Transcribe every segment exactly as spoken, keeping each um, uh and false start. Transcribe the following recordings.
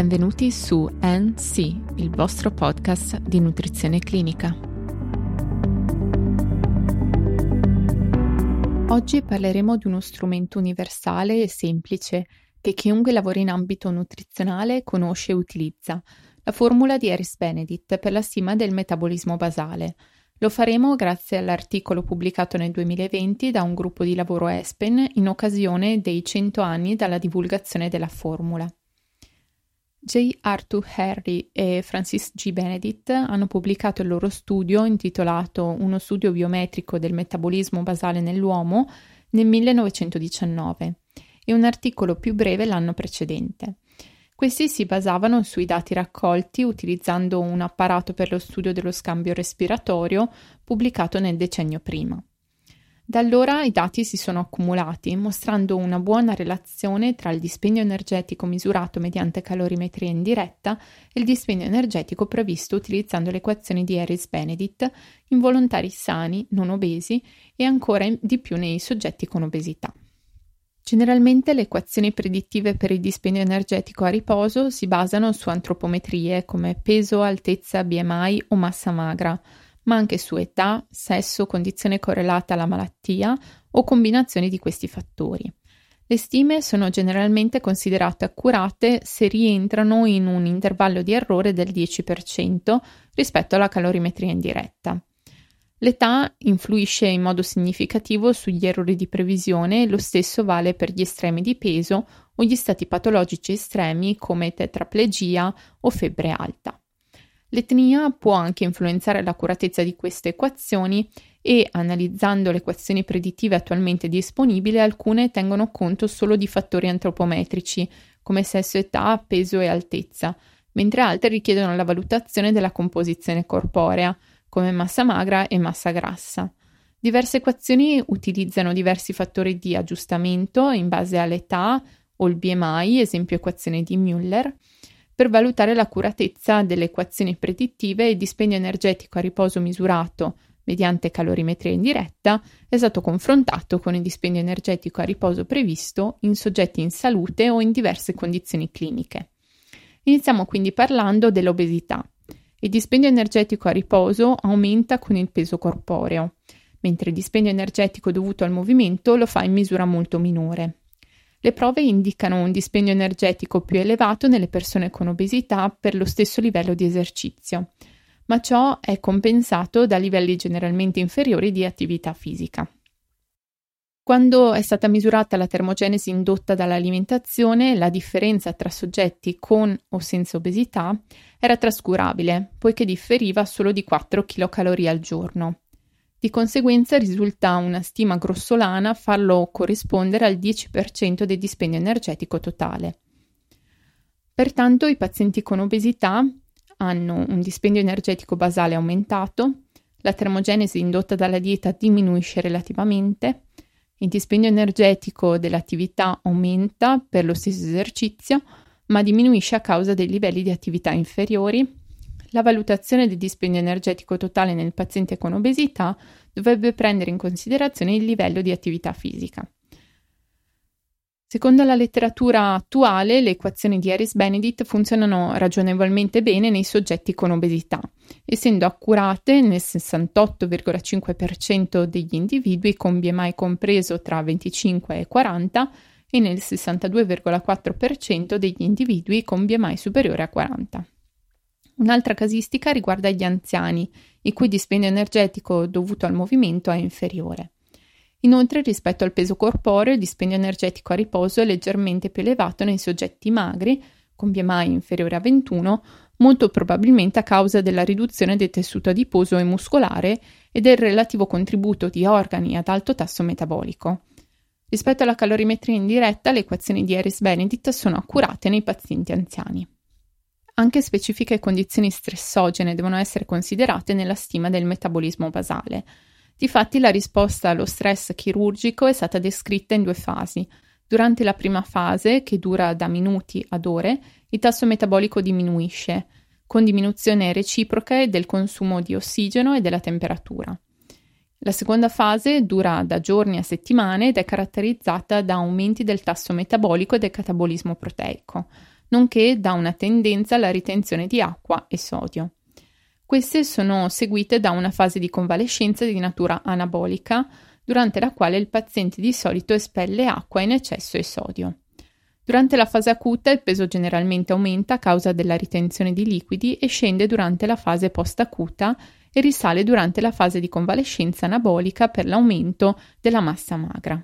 Benvenuti su N C, il vostro podcast di nutrizione clinica. Oggi parleremo di uno strumento universale e semplice che chiunque lavori in ambito nutrizionale conosce e utilizza, la formula di Harris-Benedict per la stima del metabolismo basale. Lo faremo grazie all'articolo pubblicato nel duemilaventi da un gruppo di lavoro ESPEN in occasione dei cento anni dalla divulgazione della formula. J. Arthur Harry e Francis G. Benedict hanno pubblicato il loro studio intitolato Uno studio biometrico del metabolismo basale nell'uomo nel millenovecentodiciannove e un articolo più breve l'anno precedente. Questi si basavano sui dati raccolti utilizzando un apparato per lo studio dello scambio respiratorio pubblicato nel decennio prima. Da allora i dati si sono accumulati, mostrando una buona relazione tra il dispendio energetico misurato mediante calorimetria indiretta e il dispendio energetico previsto utilizzando le equazioni di Harris-Benedict in volontari sani, non obesi e ancora di più nei soggetti con obesità. Generalmente le equazioni predittive per il dispendio energetico a riposo si basano su antropometrie come peso, altezza, B M I o massa magra, ma anche su età, sesso, condizione correlata alla malattia o combinazioni di questi fattori. Le stime sono generalmente considerate accurate se rientrano in un intervallo di errore del dieci per cento rispetto alla calorimetria indiretta. L'età influisce in modo significativo sugli errori di previsione e lo stesso vale per gli estremi di peso o gli stati patologici estremi come tetraplegia o febbre alta. L'etnia può anche influenzare l'accuratezza di queste equazioni e, analizzando le equazioni predittive attualmente disponibili, alcune tengono conto solo di fattori antropometrici come sesso, età, peso e altezza, mentre altre richiedono la valutazione della composizione corporea come massa magra e massa grassa. Diverse equazioni utilizzano diversi fattori di aggiustamento in base all'età o il B M I, esempio equazione di Müller, per valutare l'accuratezza delle equazioni predittive. Il dispendio energetico a riposo misurato mediante calorimetria indiretta è stato confrontato con il dispendio energetico a riposo previsto in soggetti in salute o in diverse condizioni cliniche. Iniziamo quindi parlando dell'obesità. Il dispendio energetico a riposo aumenta con il peso corporeo, mentre il dispendio energetico dovuto al movimento lo fa in misura molto minore. Le prove indicano un dispendio energetico più elevato nelle persone con obesità per lo stesso livello di esercizio, ma ciò è compensato da livelli generalmente inferiori di attività fisica. Quando è stata misurata la termogenesi indotta dall'alimentazione, la differenza tra soggetti con o senza obesità era trascurabile, poiché differiva solo di quattro chilocalorie al giorno. Di conseguenza risulta una stima grossolana farlo corrispondere al dieci per cento del dispendio energetico totale. Pertanto i pazienti con obesità hanno un dispendio energetico basale aumentato, la termogenesi indotta dalla dieta diminuisce relativamente, il dispendio energetico dell'attività aumenta per lo stesso esercizio, ma diminuisce a causa dei livelli di attività inferiori. La valutazione del dispendio energetico totale nel paziente con obesità dovrebbe prendere in considerazione il livello di attività fisica. Secondo la letteratura attuale, le equazioni di Harris-Benedict funzionano ragionevolmente bene nei soggetti con obesità, essendo accurate nel sessantotto virgola cinque per cento degli individui con B M I compreso tra venticinque e quaranta e nel sessantadue virgola quattro per cento degli individui con B M I superiore a quaranta. Un'altra casistica riguarda gli anziani, il cui dispendio energetico dovuto al movimento è inferiore. Inoltre, rispetto al peso corporeo, il dispendio energetico a riposo è leggermente più elevato nei soggetti magri, con B M I inferiore a ventuno, molto probabilmente a causa della riduzione del tessuto adiposo e muscolare e del relativo contributo di organi ad alto tasso metabolico. Rispetto alla calorimetria indiretta, le equazioni di Harris-Benedict sono accurate nei pazienti anziani. Anche specifiche condizioni stressogene devono essere considerate nella stima del metabolismo basale. Difatti la risposta allo stress chirurgico è stata descritta in due fasi. Durante la prima fase, che dura da minuti ad ore, il tasso metabolico diminuisce, con diminuzione reciproca del consumo di ossigeno e della temperatura. La seconda fase dura da giorni a settimane ed è caratterizzata da aumenti del tasso metabolico e del catabolismo proteico. nonché da una tendenza alla ritenzione di acqua e sodio. Queste sono seguite da una fase di convalescenza di natura anabolica, durante la quale il paziente di solito espelle acqua in eccesso e sodio. Durante la fase acuta il peso generalmente aumenta a causa della ritenzione di liquidi e scende durante la fase post-acuta e risale durante la fase di convalescenza anabolica per l'aumento della massa magra.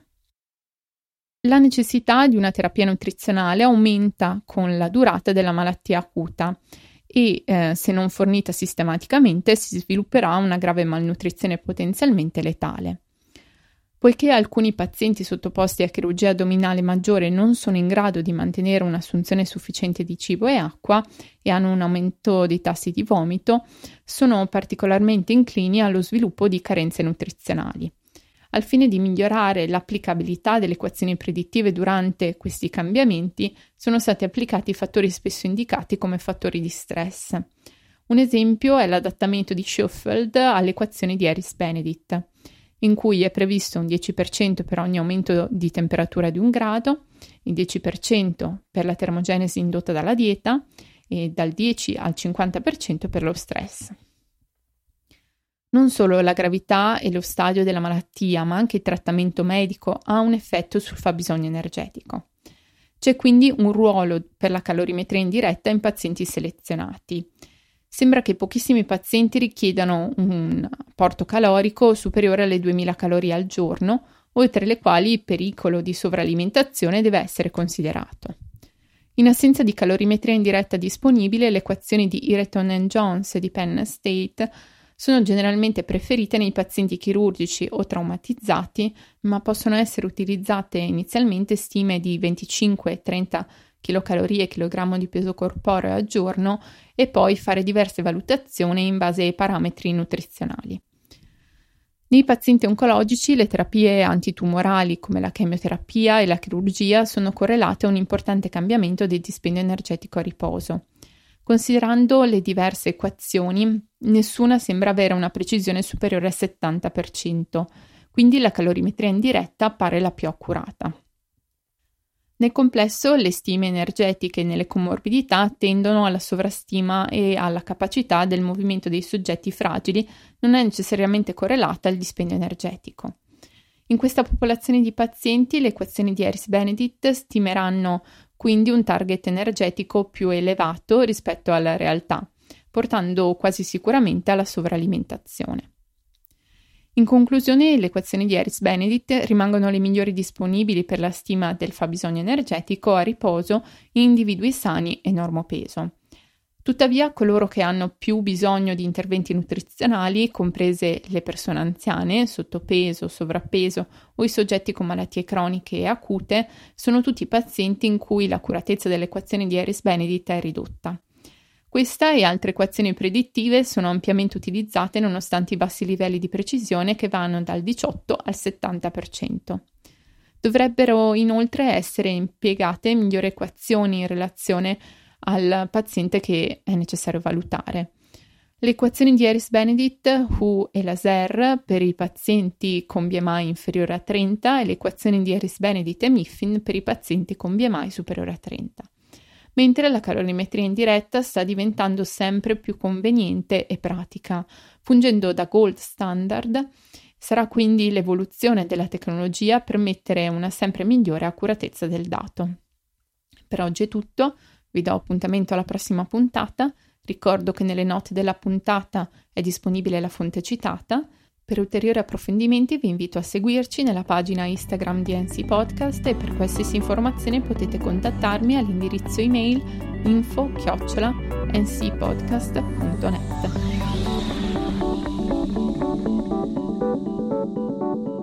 La necessità di una terapia nutrizionale aumenta con la durata della malattia acuta e, eh, se non fornita sistematicamente, si svilupperà una grave malnutrizione potenzialmente letale. Poiché alcuni pazienti sottoposti a chirurgia addominale maggiore non sono in grado di mantenere un'assunzione sufficiente di cibo e acqua e hanno un aumento dei tassi di vomito, sono particolarmente inclini allo sviluppo di carenze nutrizionali. Al fine di migliorare l'applicabilità delle equazioni predittive durante questi cambiamenti, sono stati applicati fattori spesso indicati come fattori di stress. Un esempio è l'adattamento di Schofield all'equazione di Harris-Benedict, in cui è previsto un dieci per cento per ogni aumento di temperatura di un grado, il dieci per cento per la termogenesi indotta dalla dieta e dal dieci al cinquanta per cento per lo stress. Non solo la gravità e lo stadio della malattia, ma anche il trattamento medico ha un effetto sul fabbisogno energetico. C'è quindi un ruolo per la calorimetria indiretta in pazienti selezionati. Sembra che pochissimi pazienti richiedano un apporto calorico superiore alle duemila calorie al giorno, oltre le quali il pericolo di sovralimentazione deve essere considerato. In assenza di calorimetria indiretta disponibile, le equazioni di Ireton and Jones e di Penn State sono generalmente preferite nei pazienti chirurgici o traumatizzati, ma possono essere utilizzate inizialmente stime di venticinque trenta chilocalorie chilogrammo di peso corporeo al giorno e poi fare diverse valutazioni in base ai parametri nutrizionali. Nei pazienti oncologici le terapie antitumorali come la chemioterapia e la chirurgia sono correlate a un importante cambiamento del dispendio energetico a riposo. Considerando le diverse equazioni, nessuna sembra avere una precisione superiore al settanta per cento, quindi la calorimetria indiretta appare la più accurata. Nel complesso, le stime energetiche nelle comorbidità tendono alla sovrastima e alla capacità del movimento dei soggetti fragili non è necessariamente correlata al dispendio energetico. In questa popolazione di pazienti, le equazioni di Harris-Benedict stimeranno quindi un target energetico più elevato rispetto alla realtà, portando quasi sicuramente alla sovralimentazione. In conclusione, le equazioni di Harris-Benedict rimangono le migliori disponibili per la stima del fabbisogno energetico a riposo in individui sani e normopeso. Tuttavia, coloro che hanno più bisogno di interventi nutrizionali, comprese le persone anziane, sottopeso, sovrappeso o i soggetti con malattie croniche e acute, sono tutti pazienti in cui l'accuratezza delle equazioni di Harris-Benedict è ridotta. Questa e altre equazioni predittive sono ampiamente utilizzate nonostante i bassi livelli di precisione che vanno dal diciotto al settanta per cento. Dovrebbero inoltre essere impiegate migliori equazioni in relazione al paziente che è necessario valutare. Le equazioni di Harris-Benedict, Hu e Laser per i pazienti con B M I inferiore a trenta e le equazioni di Harris-Benedict e Mifflin per i pazienti con B M I superiore a trenta. Mentre la calorimetria indiretta sta diventando sempre più conveniente e pratica, fungendo da gold standard. Sarà quindi l'evoluzione della tecnologia a permettere una sempre migliore accuratezza del dato. Per oggi è tutto, vi do appuntamento alla prossima puntata, ricordo che nelle note della puntata è disponibile la fonte citata. Per ulteriori approfondimenti vi invito a seguirci nella pagina Instagram di N C Podcast e per qualsiasi informazione potete contattarmi all'indirizzo email info chiocciola n c podcast punto net.